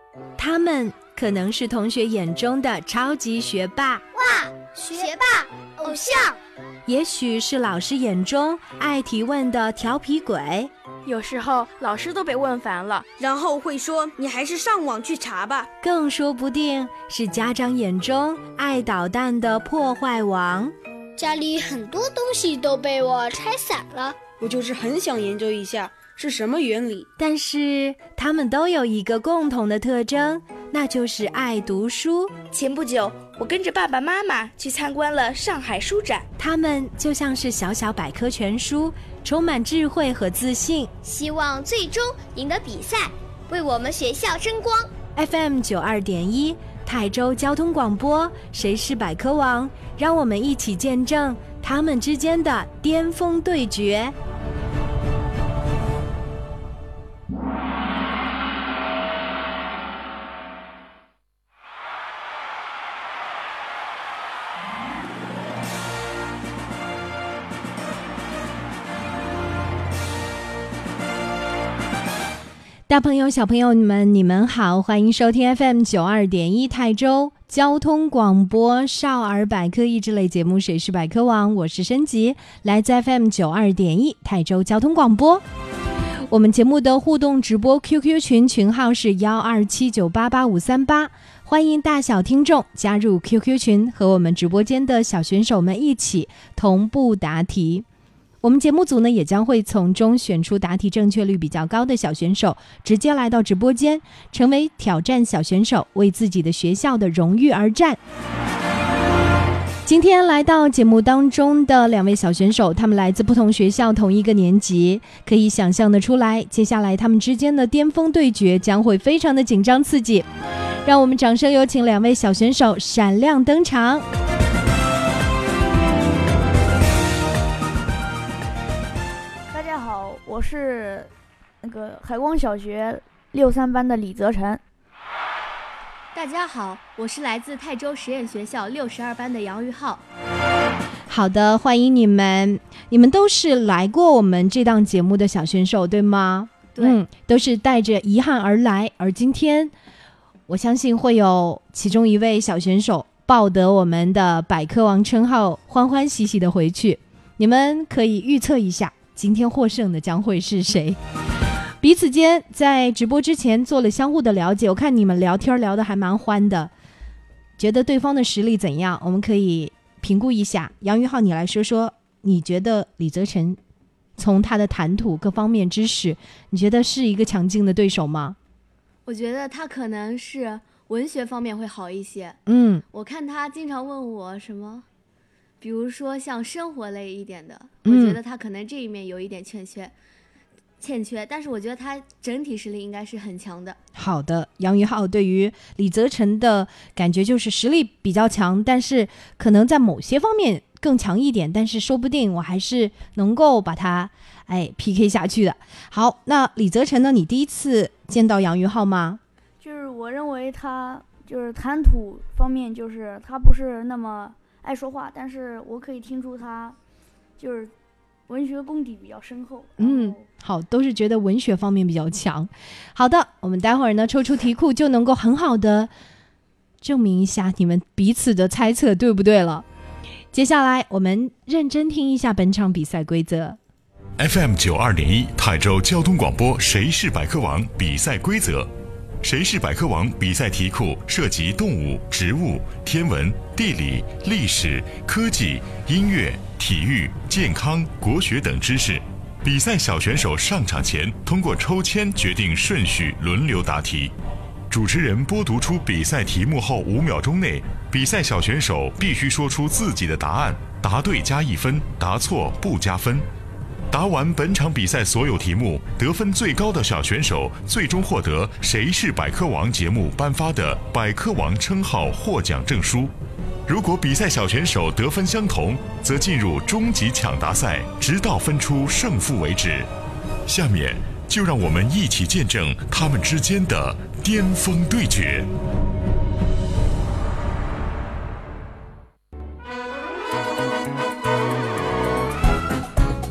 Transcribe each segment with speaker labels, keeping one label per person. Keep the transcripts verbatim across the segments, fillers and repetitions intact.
Speaker 1: 他们可能是同学眼中的超级学霸，
Speaker 2: 哇，学霸偶像；
Speaker 1: 也许是老师眼中爱提问的调皮鬼，
Speaker 3: 有时候老师都被问烦了，
Speaker 4: 然后会说你还是上网去查吧。
Speaker 1: 更说不定是家长眼中爱捣蛋的破坏王。
Speaker 2: 家里很多东西都被我拆散了，
Speaker 4: 我就是很想研究一下是什么原理。
Speaker 1: 但是他们都有一个共同的特征，那就是爱读书。
Speaker 3: 前不久我跟着爸爸妈妈去参观了上海书展，
Speaker 1: 他们就像是小小百科全书，充满智慧和自信，
Speaker 2: 希望最终赢得比赛，为我们学校争光。
Speaker 1: F M 九二点一泰州交通广播，谁是百科王？让我们一起见证他们之间的巅峰对决。大朋友小朋友们你们好，欢迎收听 F M 九二点一泰州交通广播少儿百科益智类节目，谁是百科王？我是申吉，来自 F M 九二点一泰州交通广播。我们节目的互动直播 Q Q 群群号是幺二七九八八五三八，欢迎大小听众加入 Q Q 群，和我们直播间的小选手们一起同步答题。我们节目组呢也将会从中选出答题正确率比较高的小选手，直接来到直播间，成为挑战小选手，为自己的学校的荣誉而战。今天来到节目当中的两位小选手，他们来自不同学校同一个年级，可以想象得出来，接下来他们之间的巅峰对决将会非常的紧张刺激。让我们掌声有请两位小选手闪亮登场。
Speaker 5: 我是那个海光小学六三班的李泽晨。
Speaker 6: 大家好，我是来自泰州实验学校六十二班的杨玉浩。
Speaker 1: 好的，欢迎你们，你们都是来过我们这档节目的小选手，对吗？
Speaker 6: 对，
Speaker 1: 嗯，都是带着遗憾而来，而今天我相信会有其中一位小选手抱得我们的百科王称号，欢欢喜喜的回去。你们可以预测一下今天获胜的将会是谁？彼此间在直播之前做了相互的了解，我看你们聊天聊得还蛮欢的，觉得对方的实力怎样？我们可以评估一下。杨玉浩，你来说说，你觉得李泽晨从他的谈吐各方面知识，你觉得是一个强劲的对手吗？
Speaker 6: 我觉得他可能是文学方面会好一些。
Speaker 1: 嗯，
Speaker 6: 我看他经常问我什么，比如说像生活类一点的，
Speaker 1: 嗯、
Speaker 6: 我觉得他可能这一面有一点欠缺欠缺但是我觉得他整体实力应该是很强的。
Speaker 1: 好的，杨玉浩对于李泽晨的感觉就是实力比较强，但是可能在某些方面更强一点，但是说不定我还是能够把他哎 P K 下去的。好，那李泽晨呢，你第一次见到杨玉浩吗？
Speaker 5: 就是我认为他就是谈吐方面，就是他不是那么爱说话，但是我可以听出他就是文学功底比较深厚。
Speaker 1: 嗯，好，都是觉得文学方面比较强。好的，我们待会儿呢抽出题库，就能够很好的证明一下你们彼此的猜测对不对了。接下来我们认真听一下本场比赛规则。
Speaker 7: F M 九二点一泰州交通广播谁是百科王比赛规则。谁是百科王比赛题库涉及动物、植物、天文、地理、历史、科技、音乐、体育、健康、国学等知识。比赛小选手上场前通过抽签决定顺序，轮流答题。主持人播读出比赛题目后五秒钟内，比赛小选手必须说出自己的答案，答对加一分，答错不加分。答完本场比赛所有题目，得分最高的小选手最终获得《谁是百科王》节目颁发的百科王称号获奖证书。如果比赛小选手得分相同，则进入终极抢答赛，直到分出胜负为止。下面就让我们一起见证他们之间的巅峰对决。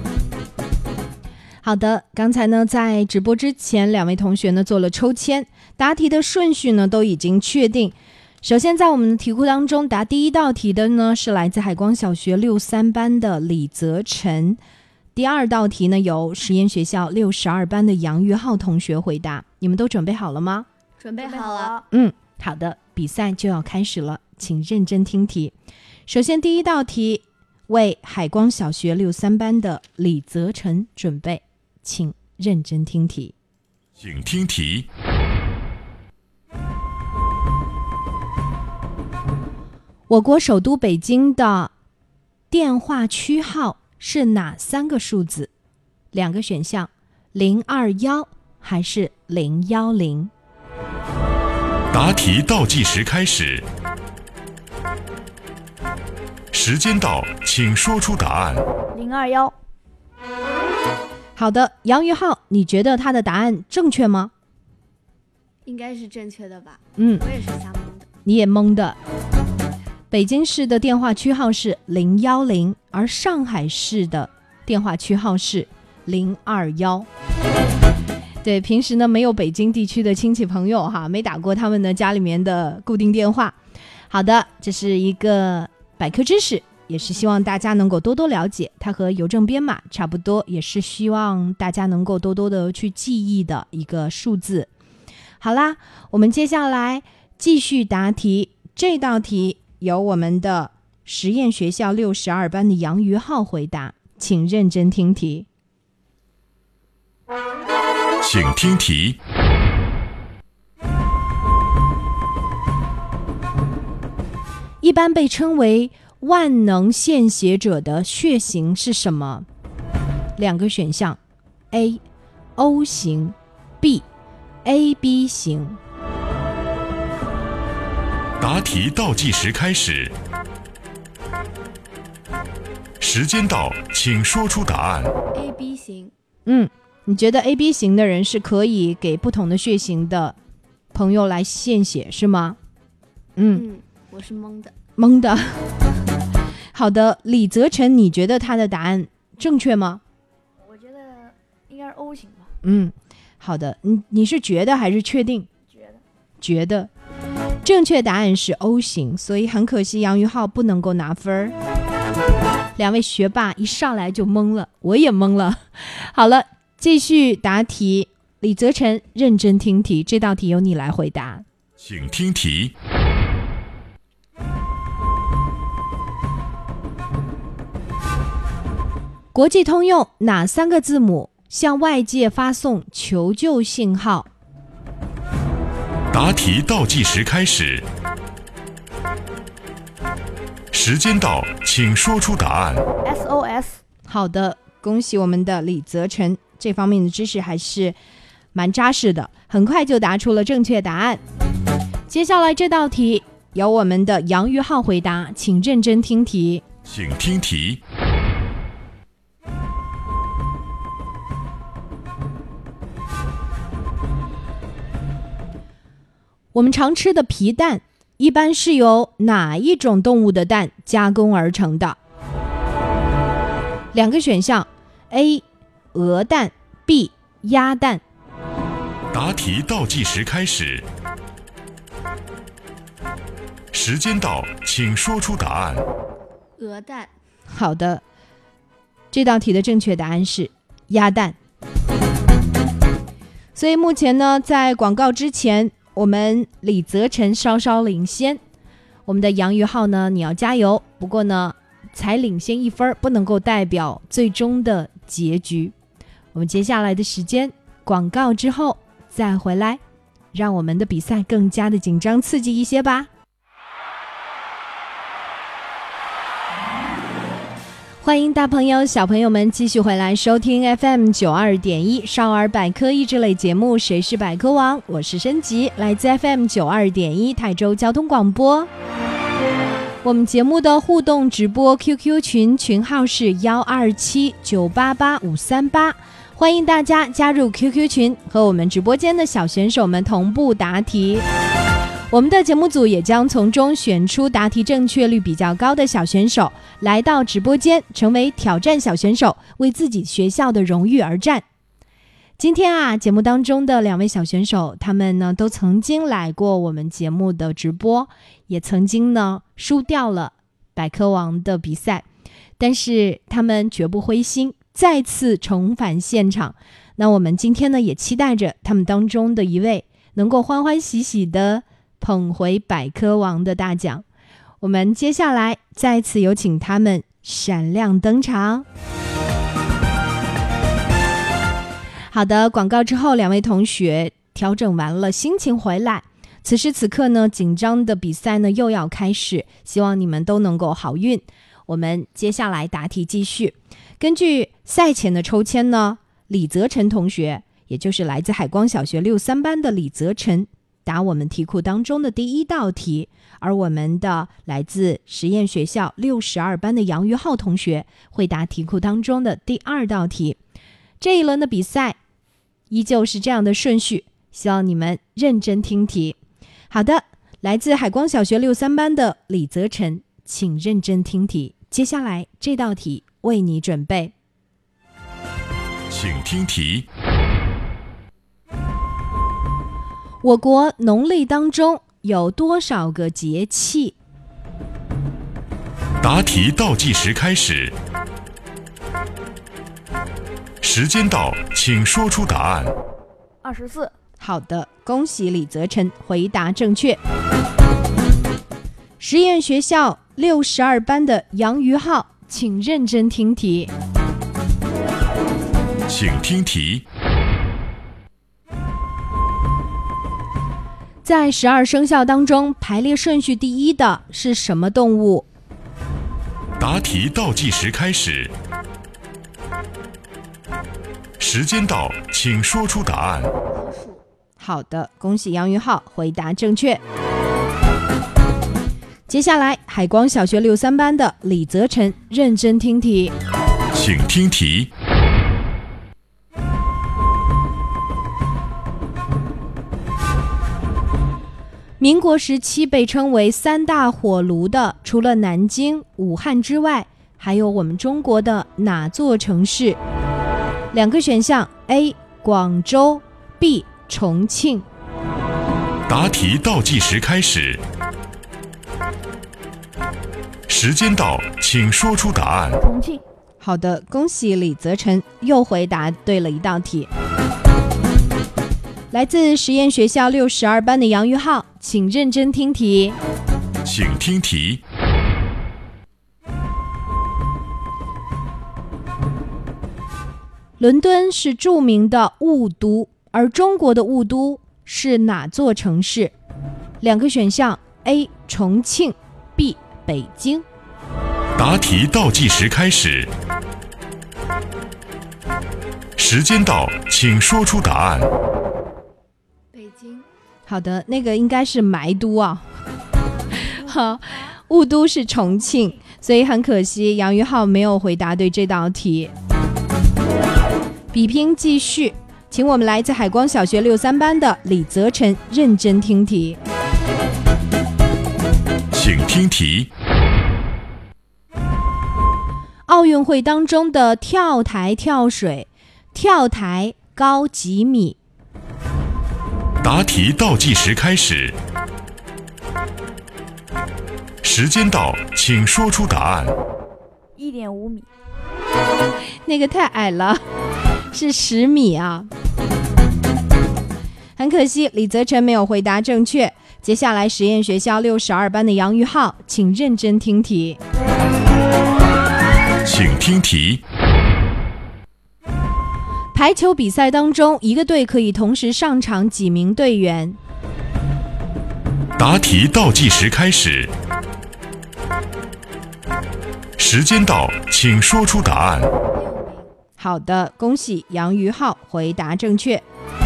Speaker 1: 好的，刚才呢在直播之前两位同学呢做了抽签， 答题的顺序呢都已经确定。首先在我们的题库当中，答第一道题的呢是来自海光小学六三班的李泽晨，第二道题呢由实验学校六十二班的杨于浩同学回答。你们都准备好了吗？
Speaker 6: 准备好了。
Speaker 1: 嗯，好的，比赛就要开始了，请认真听题。首先第一道题为海光小学六三班的李泽晨准备，请认真听题。
Speaker 7: 请听题。
Speaker 1: 我国首都北京的电话区号是哪三个数字？两个选项，零二一还是零一零？
Speaker 7: 答题倒计时开始，时间到，请说出答案。
Speaker 5: 零二幺。
Speaker 1: 好的，杨于浩，你觉得他的答案正确吗？
Speaker 6: 应该是正确的吧。
Speaker 1: 嗯，
Speaker 6: 我也是瞎蒙的。
Speaker 1: 你也蒙的。北京市的电话区号是零一零，而上海市的电话区号是零二一。对，平时呢没有北京地区的亲戚朋友哈，没打过他们的家里面的固定电话。好的，这是一个百科知识，也是希望大家能够多多了解，它和邮政编码差不多，也是希望大家能够多多的去记忆的一个数字。好啦，我们接下来继续答题。这道题由我们的实验学校六十二班的杨于浩回答，请认真听题。
Speaker 7: 请听题。
Speaker 1: 一般被称为万能献血者的血型是什么？两个选项 A O 型 B A B 型。
Speaker 7: 答题倒计时开始，时间到，请说出答案。
Speaker 6: A B 型。
Speaker 1: 嗯，你觉得 A B 型的人是可以给不同的血型的朋友来献血是吗？嗯，
Speaker 6: 嗯，我是蒙的。
Speaker 1: 蒙的。好的，李泽晨，你觉得他的答案正确吗？
Speaker 5: 我觉得应该是 O 型吧。
Speaker 1: 嗯，好的，你你是觉得还是确定？
Speaker 5: 觉得。
Speaker 1: 觉得。正确答案是 O 型，所以很可惜杨于浩不能够拿分儿。两位学霸一上来就懵了，我也懵了。好了，继续答题。李泽晨，认真听题，这道题由你来回答。
Speaker 7: 请听题。
Speaker 1: 国际通用哪三个字母向外界发送求救信号？
Speaker 7: 答题倒计时开始，时间到，请说出答案。
Speaker 5: S O S。
Speaker 1: 好的，恭喜我们的李泽晨，这方面的知识还是蛮扎实的，很快就答出了正确答案。接下来这道题由我们的杨于浩回答，请认真听题。
Speaker 7: 请听题。
Speaker 1: 我们常吃的皮蛋一般是由哪一种动物的蛋加工而成的？两个选项 A 鹅蛋 B 鸭蛋。
Speaker 7: 答题倒计时开始，时间到，请说出答案。
Speaker 6: 鹅蛋。
Speaker 1: 好的，这道题的正确答案是鸭蛋。所以目前呢，在广告之前，我们李泽晨稍稍领先，我们的杨于浩呢，你要加油。不过呢，才领先一分，不能够代表最终的结局。我们接下来的时间，广告之后再回来，让我们的比赛更加的紧张刺激一些吧。欢迎大朋友小朋友们继续回来收听 F M 九二点一少儿百科益智类节目，谁是百科王？我是申吉，来自 F M 九二点一泰州交通广播。我们节目的互动直播 Q Q 群群号是幺二七九八八五三八，欢迎大家加入 Q Q 群，和我们直播间的小选手们同步答题。我们的节目组也将从中选出答题正确率比较高的小选手，来到直播间成为挑战小选手，为自己学校的荣誉而战。 今天啊，节目当中的两位小选手，他们呢都曾经来过我们节目的直播，也曾经呢输掉了百科王的比赛，但是他们绝不灰心，再次重返现场。那我们今天呢也期待着他们当中的一位能够欢欢喜喜的捧回百科王的大奖。我们接下来再次有请他们闪亮登场。好的，广告之后，两位同学调整完了心情回来，此时此刻呢，紧张的比赛呢又要开始，希望你们都能够好运。我们接下来答题继续。根据赛前的抽签呢，李泽晨同学，也就是来自海光小学六三班的李泽晨，答我们题库当中的第一道题，而我们的来自实验学校六十二班的杨于浩同学会答题库当中的第二道题。这一轮的比赛依旧是这样的顺序，希望你们认真听题。好的，来自海光小学六三班的李泽晨，请认真听题。接下来这道题为你准备，
Speaker 7: 请听题。
Speaker 1: 我国农历当中有多少个节气？
Speaker 7: 答题倒计时开始，时间到，请说出答案。
Speaker 5: 二十四。
Speaker 1: 好的，恭喜李泽晨回答正确。实验学校六十二班的杨于浩，请认真听题。
Speaker 7: 请听题。
Speaker 1: 在十二生肖当中，排列顺序第一的是什么动物？
Speaker 7: 答题倒计时开始，时间到，请说出答案。
Speaker 1: 好的，恭喜杨于浩回答正确。接下来，海光小学六三班的李泽晨，认真听题。
Speaker 7: 请听题。
Speaker 1: 民国时期被称为三大火炉的，除了南京、武汉之外，还有我们中国的哪座城市？两个选项 ：A. 广州 B. 重庆。
Speaker 7: 答题倒计时开始，时间到，请说出答案。
Speaker 5: 重庆。
Speaker 1: 好的，恭喜李泽晨又回答对了一道题。来自实验学校六十二班的杨于浩，请认真听题。
Speaker 7: 请听题。
Speaker 1: 伦敦是著名的雾都，而中国的雾都是哪座城市？两个选项 ：A. 重庆 B. 北京。
Speaker 7: 答题倒计时开始，时间到，请说出答案。
Speaker 6: 北京。
Speaker 1: 好的，那个应该是霾都啊。好，雾都是重庆，所以很可惜杨于浩没有回答对这道题。比拼继续，请我们来自海光小学六三班的李泽晨认真听题。
Speaker 7: 请听题。
Speaker 1: 奥运会当中的跳台跳水，跳台高几米？
Speaker 7: 答题倒计时开始，时间到，请说出答案。
Speaker 5: 一点五米。
Speaker 1: 那个太矮了，是十米啊。很可惜，李泽晨没有回答正确。接下来，实验学校六十二班的杨于浩，请认真听题。
Speaker 7: 请听题。
Speaker 1: 排球比赛当中，一个队可以同时上场几名队员？
Speaker 7: 答题倒计时开始，时间到，请说出答案。
Speaker 1: 好的，恭喜杨于浩回答正确。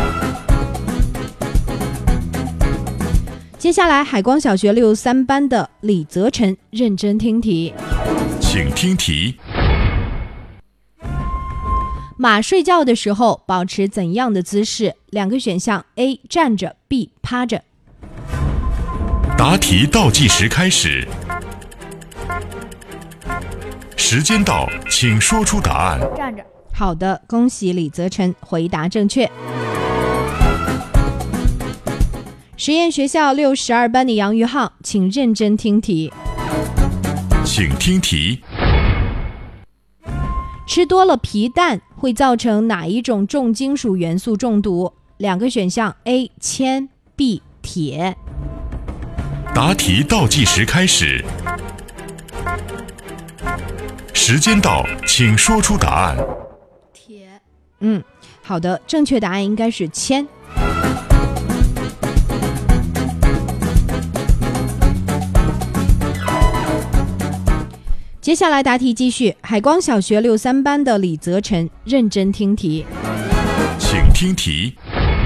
Speaker 1: 接下来，海光小学六三班的李泽晨认真听题。
Speaker 7: 请听题。
Speaker 1: 马睡觉的时候保持怎样的姿势？两个选项 ：A. 站着 B. 趴着。
Speaker 7: 答题倒计时开始，时间到，请说出答案。
Speaker 5: 站着。
Speaker 1: 好的，恭喜李泽晨回答正确。实验学校六十二班的杨于浩，请认真听题。
Speaker 7: 请听题。
Speaker 1: 吃多了皮蛋会造成哪一种重金属元素中毒？两个选项 A 铅 B 铁。
Speaker 7: 答题倒计时开始，时间到，请说出答案。
Speaker 6: 铁。
Speaker 1: 嗯，好的，正确答案应该是铅。接下来答题继续，海光小学六三班的李泽晨，认真听题。
Speaker 7: 请听题。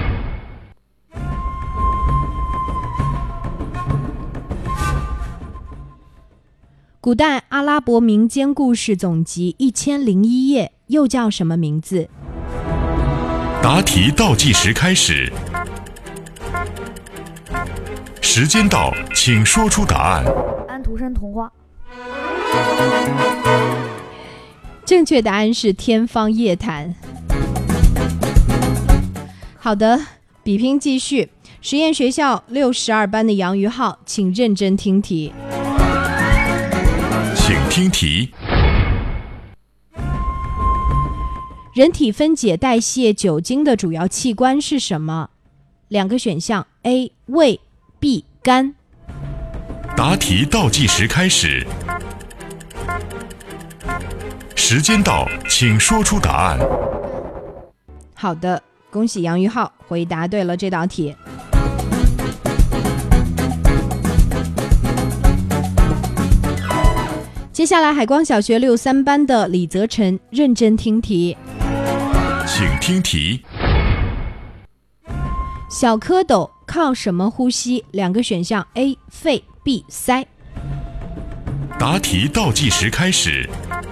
Speaker 1: 古代阿拉伯民间故事总集一千零一夜又叫什么名字？
Speaker 7: 答题倒计时开始，时间到，请说出答案。
Speaker 5: 安徒生童话。
Speaker 1: 正确答案是天方夜谭。好的，比拼继续。实验学校六十二班的杨于浩，请认真听题。
Speaker 7: 请听题。
Speaker 1: 人体分解代谢酒精的主要器官是什么？两个选项 A 胃 B 肝。
Speaker 7: 答题倒计时开始，时间到，请说出答案。
Speaker 1: 好的，恭喜杨于浩回答对了这道题。接下来海光小学六三班的李泽晨，认真听题。
Speaker 7: 请听题。
Speaker 1: 小蝌蚪靠什么呼吸？两个选项 A 肺 B 鳃。
Speaker 7: 答题倒计时开始，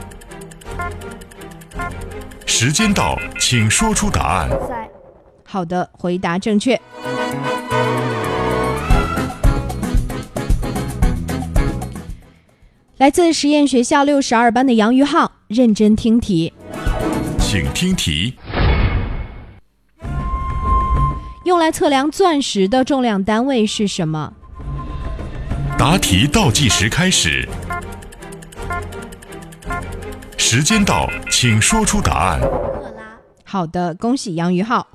Speaker 7: 时间到，请说出答案。
Speaker 5: 鳃。
Speaker 1: 好的，回答正确。来自实验学校六十二班的杨于浩，认真听题。
Speaker 7: 请听题。
Speaker 1: 用来测量钻石的重量单位是什么？
Speaker 7: 答题倒计时开始，时间到，请说出答案。
Speaker 6: 克拉。
Speaker 1: 好的，恭喜杨于浩。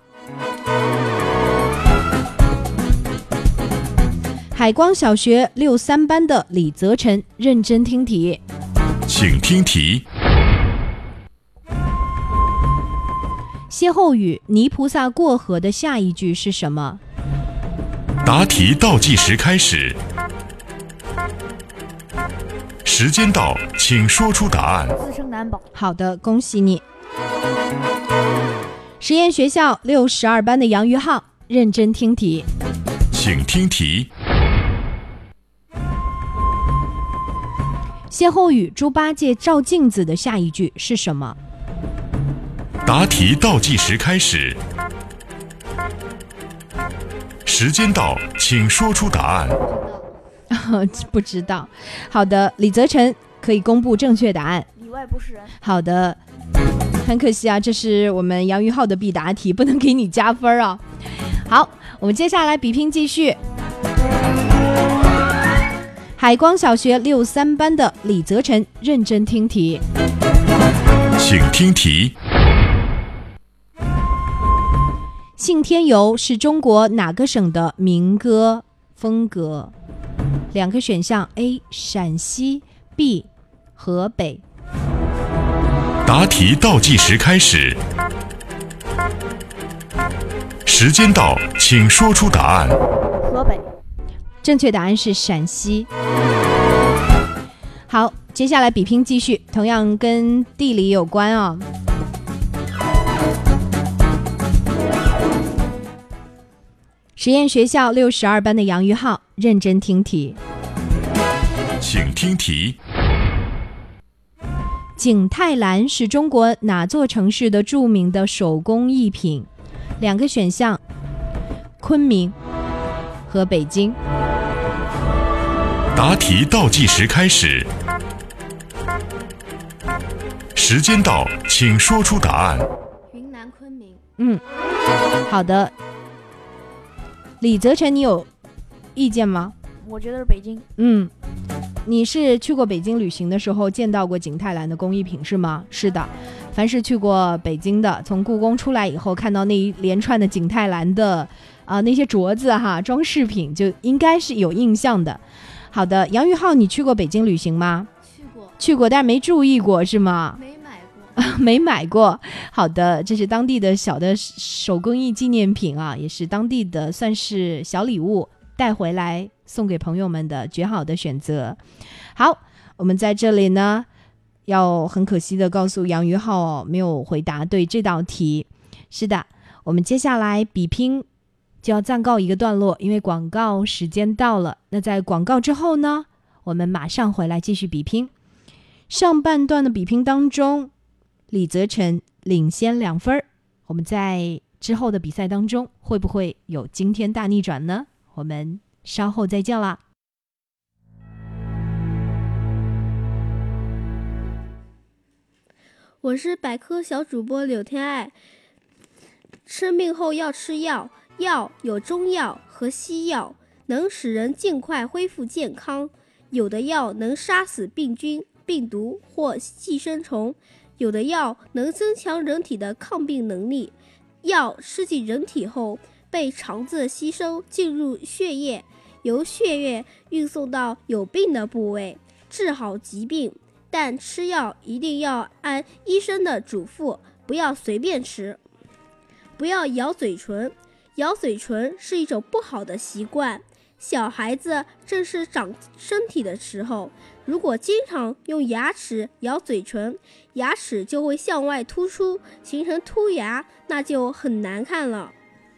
Speaker 1: 海光小学六三班的李泽晨，认真听题。
Speaker 7: 请听题。
Speaker 1: 歇后语泥菩萨过河的下一句是什么？
Speaker 7: 答题倒计时开始，时间到，请说出答案。
Speaker 5: 自身难保。
Speaker 1: 好的，恭喜你。实验学校六十二班的杨于浩，认真听题。
Speaker 7: 请听题。
Speaker 1: 歇后语猪八戒照镜子的下一句是什么？
Speaker 7: 答题倒计时开始，时间到，请说出答案。
Speaker 1: 不知道。好的，李泽晨可以公布正确答案。
Speaker 5: 里外不是人。
Speaker 1: 好的，很可惜啊，这是我们杨于浩的必答题，不能给你加分啊。好，我们接下来比拼继续。海光小学六三班的李泽晨，认真听题。
Speaker 7: 请听题。
Speaker 1: 信天游是中国哪个省的民歌风格？两个选项 A 陕西 B 河北。
Speaker 7: 答题倒计时开始，时间到，请说出答案。
Speaker 5: 河北。
Speaker 1: 正确答案是陕西。好，接下来比拼继续，同样跟地理有关哦。实验学校六十二班的杨于浩，认真听题。
Speaker 7: 请听题。
Speaker 1: 景泰蓝是中国哪座城市的著名的手工艺品？两个选项：昆明和北京。答
Speaker 7: 题倒计时开始，时时间到，请说出答案。
Speaker 6: 云南昆明。
Speaker 1: 嗯，好的。李泽成，你有意见吗？
Speaker 5: 我觉得是北京。
Speaker 1: 嗯，你是去过北京旅行的时候见到过景泰蓝的工艺品是吗？是的，凡是去过北京的，从故宫出来以后看到那一连串的景泰蓝的啊、呃、那些镯子哈装饰品，就应该是有印象的。好的，杨玉浩，你去过北京旅行吗？
Speaker 6: 去过。
Speaker 1: 去过，但没注意过是吗？
Speaker 6: 没买过。
Speaker 1: 没买过。好的，这是当地的小的手工艺纪念品啊，也是当地的算是小礼物，带回来送给朋友们的绝好的选择。好，我们在这里呢要很可惜的告诉杨于浩、哦、没有回答对这道题。是的，我们接下来比拼就要暂告一个段落，因为广告时间到了。那在广告之后呢，我们马上回来继续比拼。上半段的比拼当中，李泽成领先两分，我们在之后的比赛当中会不会有惊天大逆转呢？我们稍后再见啦。
Speaker 8: 我是百科小主播柳天爱。生病后要吃药，药有中药和西药，能使人尽快恢复健康。有的药能杀死病菌、病毒或寄生虫，有的药能增强人体的抗病能力。药吃进人体后，被肠子吸收进入血液，由血液运送到有病的部位，治好疾病。但吃药一定要按医生的嘱咐，不要随便吃。不要咬嘴唇，咬嘴唇是一种不好的习惯。小孩子正是长身体的时候，如果经常用牙齿咬嘴唇，牙齿就会向外突出，形成凸牙，那就很难看了。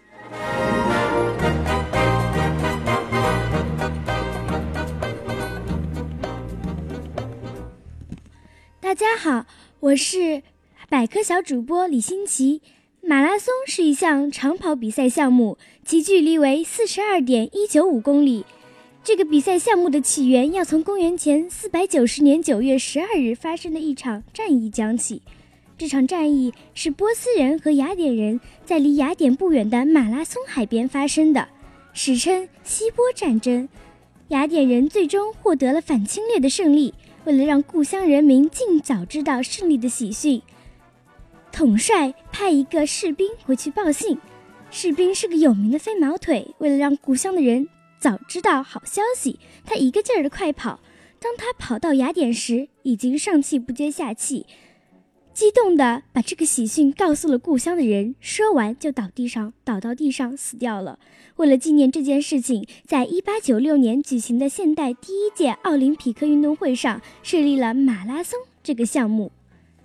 Speaker 9: 大家好，我是百科小主播李新奇。马拉松是一项长跑比赛项目，其距离为 四十二点一九五 公里。这个比赛项目的起源要从公元前四百九十年九月十二日发生的一场战役讲起。这场战役是波斯人和雅典人在离雅典不远的马拉松海边发生的，史称希波战争。雅典人最终获得了反侵略的胜利。为了让故乡人民尽早知道胜利的喜讯，统帅派一个士兵回去报信。士兵是个有名的飞毛腿，为了让故乡的人早知道好消息，他一个劲儿的快跑。当他跑到雅典时，已经上气不接下气，激动地把这个喜讯告诉了故乡的人，说完就倒地上，倒到地上死掉了。为了纪念这件事情，在一八九六年举行的现代第一届奥林匹克运动会上设立了马拉松这个项目。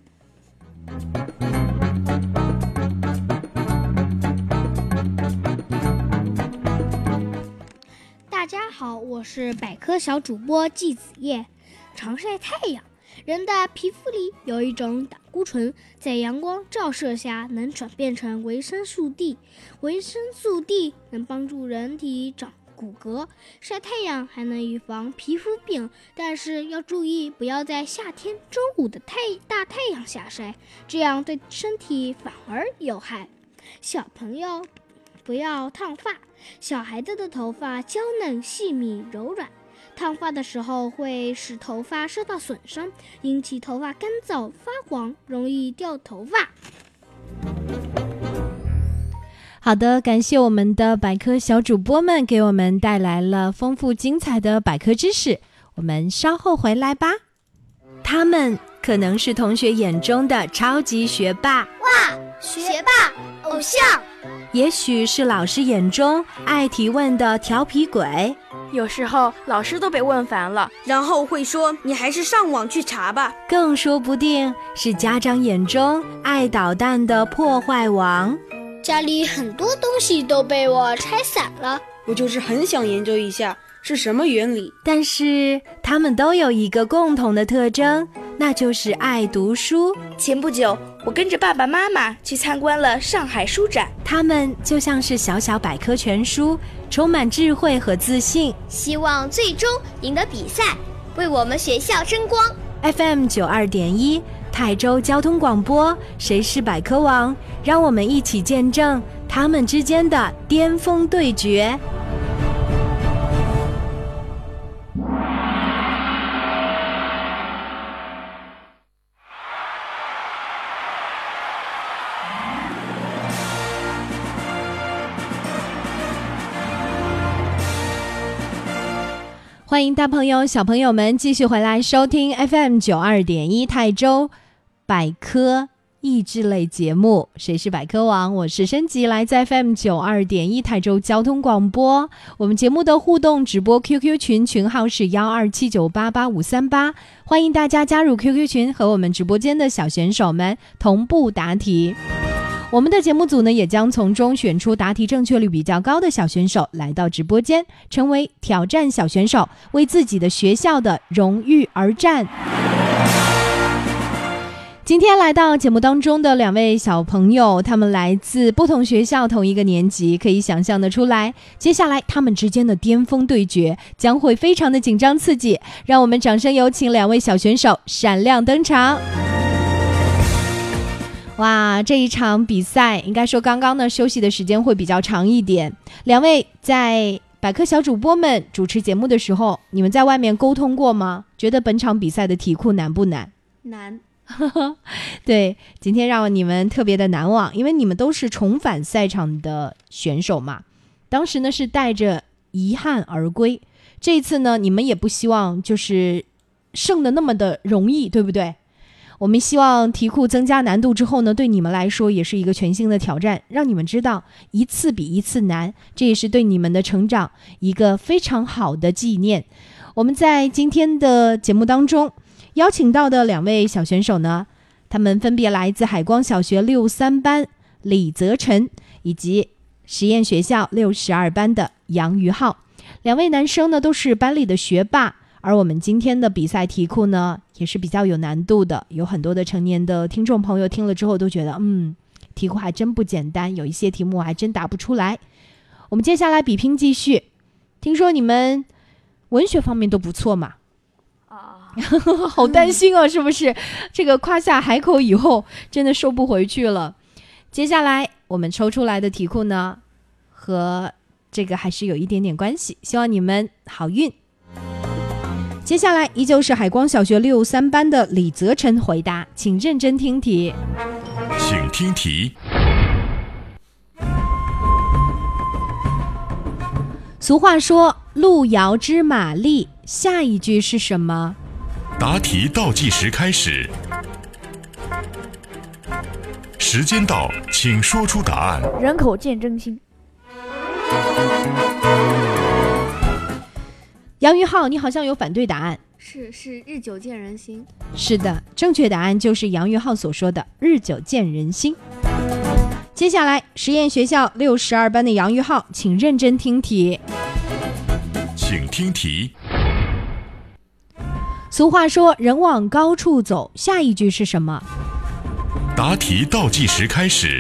Speaker 10: 大家好，我是百科小主播季子叶。常晒太阳，人的皮肤里有一种胆固醇，在阳光照射下能转变成维生素 D， 维生素 D 能帮助人体长骨骼。晒太阳还能预防皮肤病，但是要注意不要在夏天中午的太大太阳下晒，这样对身体反而有害。小朋友不要烫发，小孩子的头发娇嫩细密柔软，烫发的时候会使头发受到损伤，引起头发干燥发黄，容易掉头发。
Speaker 1: 好的，感谢我们的百科小主播们给我们带来了丰富精彩的百科知识，我们稍后回来吧。他们可能是同学眼中的超级学霸，
Speaker 2: 哇，学霸偶像，
Speaker 1: 也许是老师眼中爱提问的调皮鬼，
Speaker 4: 有时候老师都被问烦了，然后会说你还是上网去查吧，
Speaker 1: 更说不定是家长眼中爱捣蛋的破坏王。
Speaker 10: 家里很多东西都被我拆散了，
Speaker 4: 我就是很想研究一下是什么原理。
Speaker 1: 但是他们都有一个共同的特征，那就是爱读书。
Speaker 3: 前不久，我跟着爸爸妈妈去参观了上海书展，
Speaker 1: 他们就像是小小百科全书，充满智慧和自信，
Speaker 2: 希望最终赢得比赛，为我们学校争光。
Speaker 1: F M 九二点一泰州交通广播谁是百科王，让我们一起见证他们之间的巅峰对决。欢迎大朋友小朋友们继续回来收听 F M 九二点一 泰州百科益智类节目谁是百科王，我是申吉，来自 F M 九二点一 泰州交通广播。我们节目的互动直播 Q Q 群群号是幺二七九八八五三八，欢迎大家加入 Q Q 群和我们直播间的小选手们同步答题。我们的节目组呢，也将从中选出答题正确率比较高的小选手来到直播间，成为挑战小选手，为自己的学校的荣誉而战。今天来到节目当中的两位小朋友，他们来自不同学校同一个年级，可以想象得出来，接下来他们之间的巅峰对决将会非常的紧张刺激。让我们掌声有请两位小选手闪亮登场。哇，这一场比赛应该说刚刚呢休息的时间会比较长一点。两位在百科小主播们主持节目的时候，你们在外面沟通过吗？觉得本场比赛的题库难不难？
Speaker 6: 难。
Speaker 1: 对，今天让你们特别的难忘，因为你们都是重返赛场的选手嘛。当时呢是带着遗憾而归，这一次呢你们也不希望就是胜的那么的容易，对不对？我们希望题库增加难度之后呢，对你们来说也是一个全新的挑战，让你们知道一次比一次难，这也是对你们的成长一个非常好的纪念。我们在今天的节目当中邀请到的两位小选手呢，他们分别来自海光小学六三班李泽晨以及实验学校六十二班的杨于浩。两位男生呢都是班里的学霸，而我们今天的比赛题库呢也是比较有难度的，有很多的成年的听众朋友听了之后都觉得嗯，题库还真不简单，有一些题目还真答不出来。我们接下来比拼继续，听说你们文学方面都不错嘛？啊，好担心哦，是不是？这个夸下海口以后真的收不回去了。接下来我们抽出来的题库呢和这个还是有一点点关系，希望你们好运。接下来依旧是海光小学六三班的李泽晨回答，请认真听题。
Speaker 7: 请听题。
Speaker 1: 俗话说路遥知马力，下一句是什么？
Speaker 7: 答题倒计时开始，时间到，请说出答案。
Speaker 5: 人口见真心。
Speaker 1: 杨于浩，你好像有反对答案。
Speaker 6: 是是日久见人心。
Speaker 1: 是的，正确答案就是杨于浩所说的日久见人心。接下来实验学校六十二班的杨于浩，请认真听题。
Speaker 7: 请听题。
Speaker 1: 俗话说人往高处走，下一句是什么？
Speaker 7: 答题倒计时开始，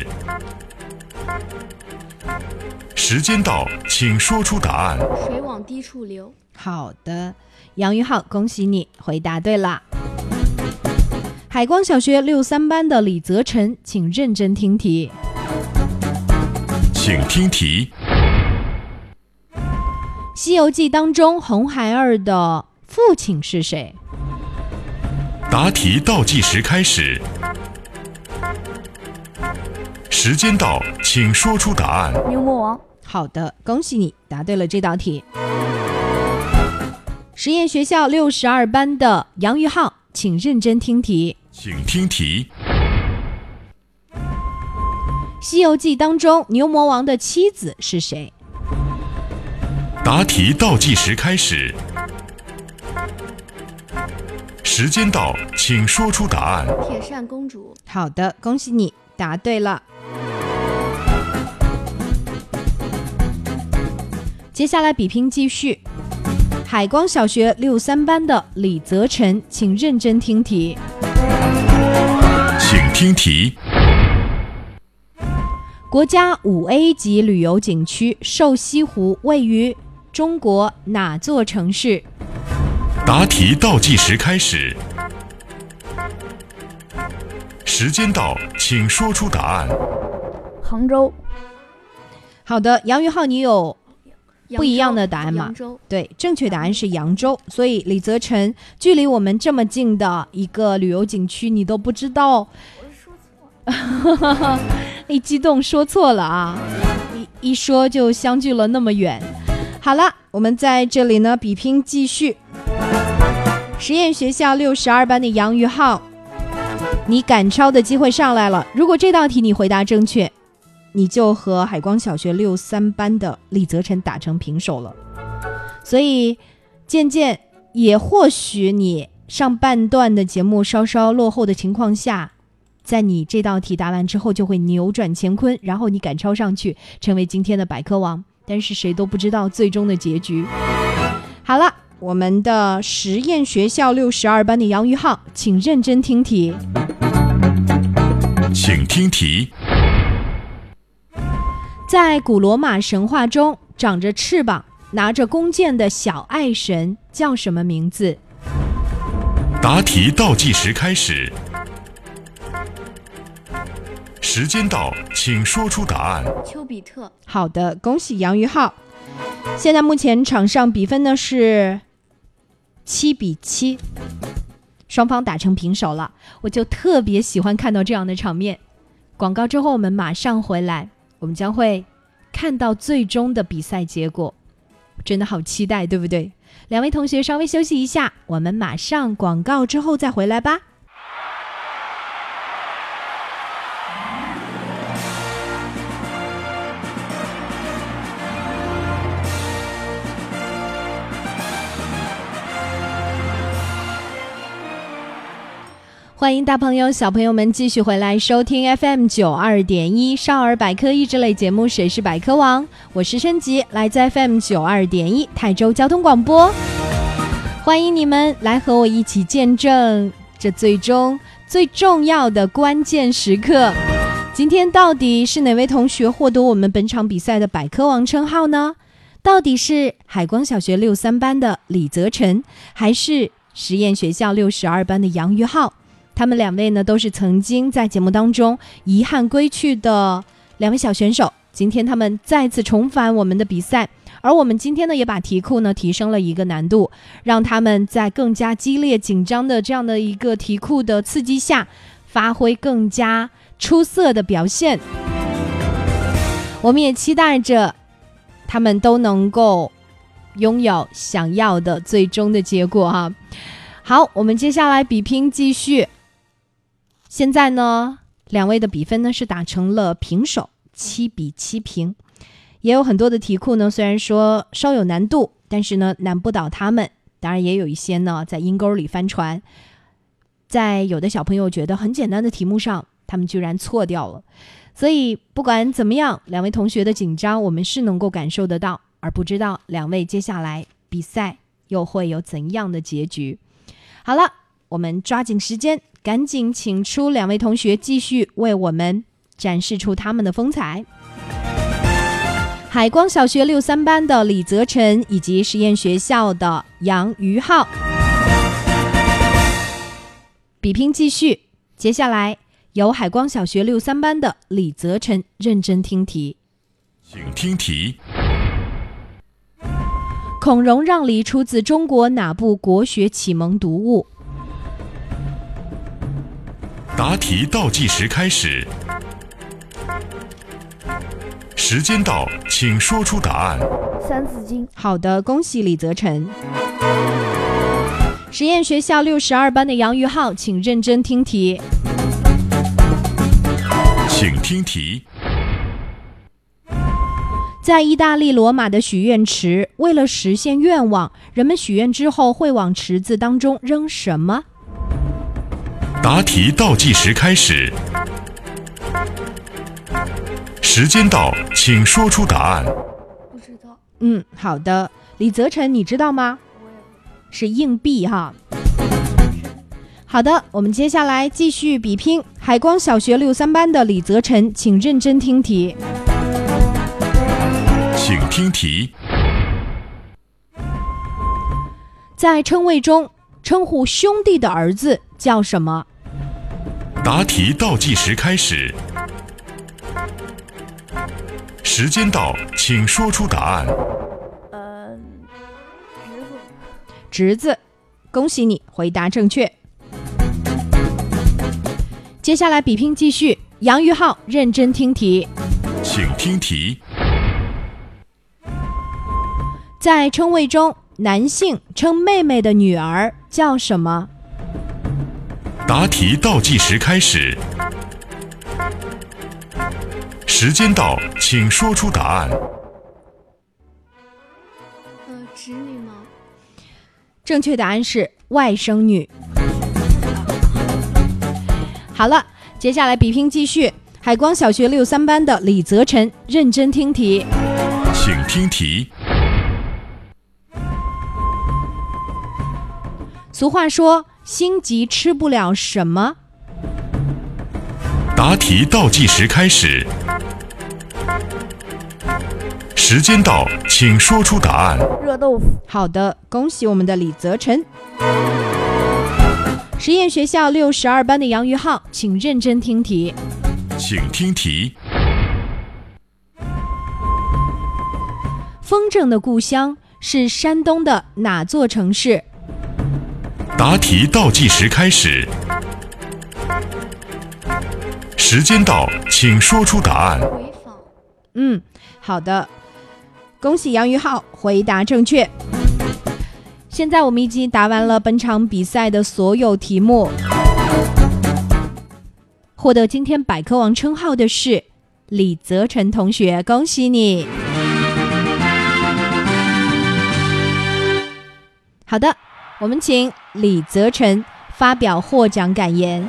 Speaker 7: 时间到，请说出答案。
Speaker 6: 水往低处流。
Speaker 1: 好的，杨于浩，恭喜你回答对了。海光小学六三班的李泽晨，请认真听题。
Speaker 7: 请听题。
Speaker 1: 西游记当中红孩儿的父亲是谁？
Speaker 7: 答题倒计时开始，时间到，请说出答案。
Speaker 5: 牛魔王。
Speaker 1: 好的，恭喜你答对了这道题。实验学校六十二班的杨于浩，请认真听题。
Speaker 7: 请听题。
Speaker 1: 西游记当中牛魔王的妻子是谁？
Speaker 7: 答题倒计时开始，时间到，请说出答案。
Speaker 6: 铁扇公主。
Speaker 1: 好的，恭喜你答对了。接下来比拼继续，海光小学六三班的李泽晨，请认真听题。
Speaker 7: 请听题。
Speaker 1: 国家五 A 级旅游景区瘦西湖位于中国哪座城市？
Speaker 7: 答题倒计时开始， 时间到，请说出答案。
Speaker 5: 杭州。
Speaker 1: 好的，杨于浩，你有不一样的答案吗？
Speaker 6: 扬州。对，
Speaker 1: 正确答案是扬州。所以李泽成，距离我们这么近的一个旅游景区，你都不知道？我说错了，一激动说错了啊！一一说就相距了那么远。好了，我们在这里呢比拼继续。实验学校六十二班的杨于浩，你赶超的机会上来了。如果这道题你回答正确，你就和海光小学六三班的李泽成打成平手了。所以渐渐也或许你上半段的节目稍稍落后的情况下，在你这道题答完之后就会扭转乾坤，然后你赶超上去成为今天的百科王，但是谁都不知道最终的结局。好了，我们的实验学校六十二班的杨于浩，请认真听题。
Speaker 7: 请听题。
Speaker 1: 在古罗马神话中，长着翅膀拿着弓箭的小爱神叫什么名字？
Speaker 7: 答题倒计时开始，时间到，请说出答案。
Speaker 6: 丘比特。
Speaker 1: 好的，恭喜杨于浩。现在目前场上比分呢是七比七，双方打成平手了。我就特别喜欢看到这样的场面。广告之后我们马上回来，我们将会看到最终的比赛结果，真的好期待，对不对？两位同学稍微休息一下，我们马上广告之后再回来吧。欢迎大朋友小朋友们继续回来收听 F M 九二点一 少儿百科益智类节目谁是百科王，我是申吉，来自 F M 九二点一 泰州交通广播。欢迎你们来和我一起见证这最终最重要的关键时刻。今天到底是哪位同学获得我们本场比赛的百科王称号呢？到底是海光小学六三班的李泽成，还是实验学校六十二班的杨于浩？他们两位呢都是曾经在节目当中遗憾归去的两位小选手，今天他们再次重返我们的比赛，而我们今天呢也把题库呢提升了一个难度，让他们在更加激烈紧张的这样的一个题库的刺激下，发挥更加出色的表现。我们也期待着他们都能够拥有想要的最终的结果哈。好，我们接下来比拼继续。现在呢，两位的比分呢是打成了平手，七比七平。也有很多的题库呢，虽然说稍有难度，但是呢难不倒他们。当然也有一些呢在阴沟里翻船，在有的小朋友觉得很简单的题目上，他们居然错掉了。所以不管怎么样，两位同学的紧张我们是能够感受得到，而不知道两位接下来比赛又会有怎样的结局。好了，我们抓紧时间，赶紧请出两位同学继续为我们展示出他们的风采。海光小学六三班的李泽成以及实验学校的杨于浩，比拼继续。接下来由海光小学六三班的李泽成认真听题。
Speaker 7: 请听题。
Speaker 1: 孔融让梨出自中国哪部国学启蒙读物？
Speaker 7: 答题倒计时开始，时间到，请说出答案。
Speaker 5: 三字经。
Speaker 1: 好的，恭喜李泽成。实验学校六十二班的杨于浩，请认真听题。
Speaker 7: 请听题。
Speaker 1: 在意大利罗马的许愿池，为了实现愿望，人们许愿之后会往池子当中扔什么？
Speaker 7: 答题倒计时开始，时间到，请说出答案。
Speaker 6: 不知道。
Speaker 1: 嗯，好的，李泽成，你知道吗？是硬币哈。好的，我们接下来继续比拼。海光小学六三班的李泽成，请认真听题。
Speaker 7: 请听题。在
Speaker 1: 称谓中，称呼兄弟的儿子叫什么？
Speaker 7: 答题倒计时开始，时间到，请说出答案。
Speaker 5: 呃，侄子。
Speaker 1: 侄子，恭喜你回答正确。接下来比拼继续，杨于浩认真听题，
Speaker 7: 请听题。
Speaker 1: 在称谓中，男性称妹妹的女儿叫什么？
Speaker 7: 答题倒计时开始，时间到，请说出答案。
Speaker 6: 呃，侄女吗？
Speaker 1: 正确答案是外甥女。好了，接下来比拼继续，海光小学六三班的李泽晨认真听题，
Speaker 7: 请听题。
Speaker 1: 俗话说，心急吃不了什么？
Speaker 7: 答题倒计时开始，时间到，请说出答案。
Speaker 5: 热豆腐。
Speaker 1: 好的，恭喜我们的李泽晨。实验学校六十二班的杨于浩，请认真听题，
Speaker 7: 请听题。
Speaker 1: 风筝的故乡是山东的哪座城市？
Speaker 7: 答题倒计时开始，时间到，请说出答案。
Speaker 6: 回访。
Speaker 1: 嗯，好的，恭喜杨于浩回答正确。现在我们已经答完了本场比赛的所有题目，获得今天百科王称号的是李泽晨同学，恭喜你。好的，我们请李泽晨发表获奖感言。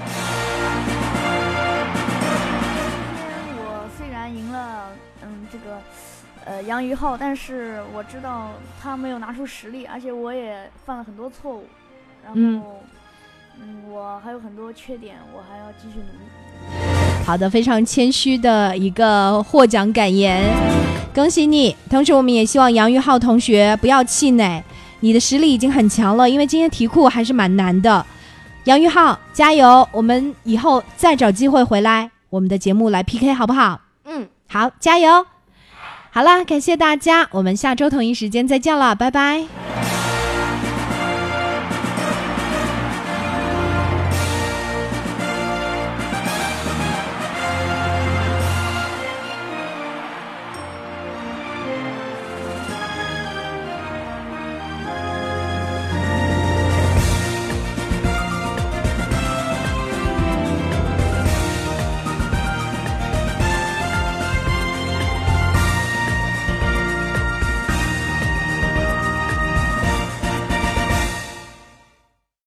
Speaker 5: 我虽然赢了，嗯，这个，呃，杨于浩，但是我知道他没有拿出实力，而且我也犯了很多错误，然后，嗯，嗯我还有很多缺点，我还要继续努力。
Speaker 1: 好的，非常谦虚的一个获奖感言，恭喜你。同时我们也希望杨于浩同学不要气馁，你的实力已经很强了，因为今天题库还是蛮难的。杨于浩加油，我们以后再找机会回来我们的节目来 P K 好不好？
Speaker 6: 嗯，
Speaker 1: 好，加油。好了，感谢大家，我们下周同一时间再见了，拜拜。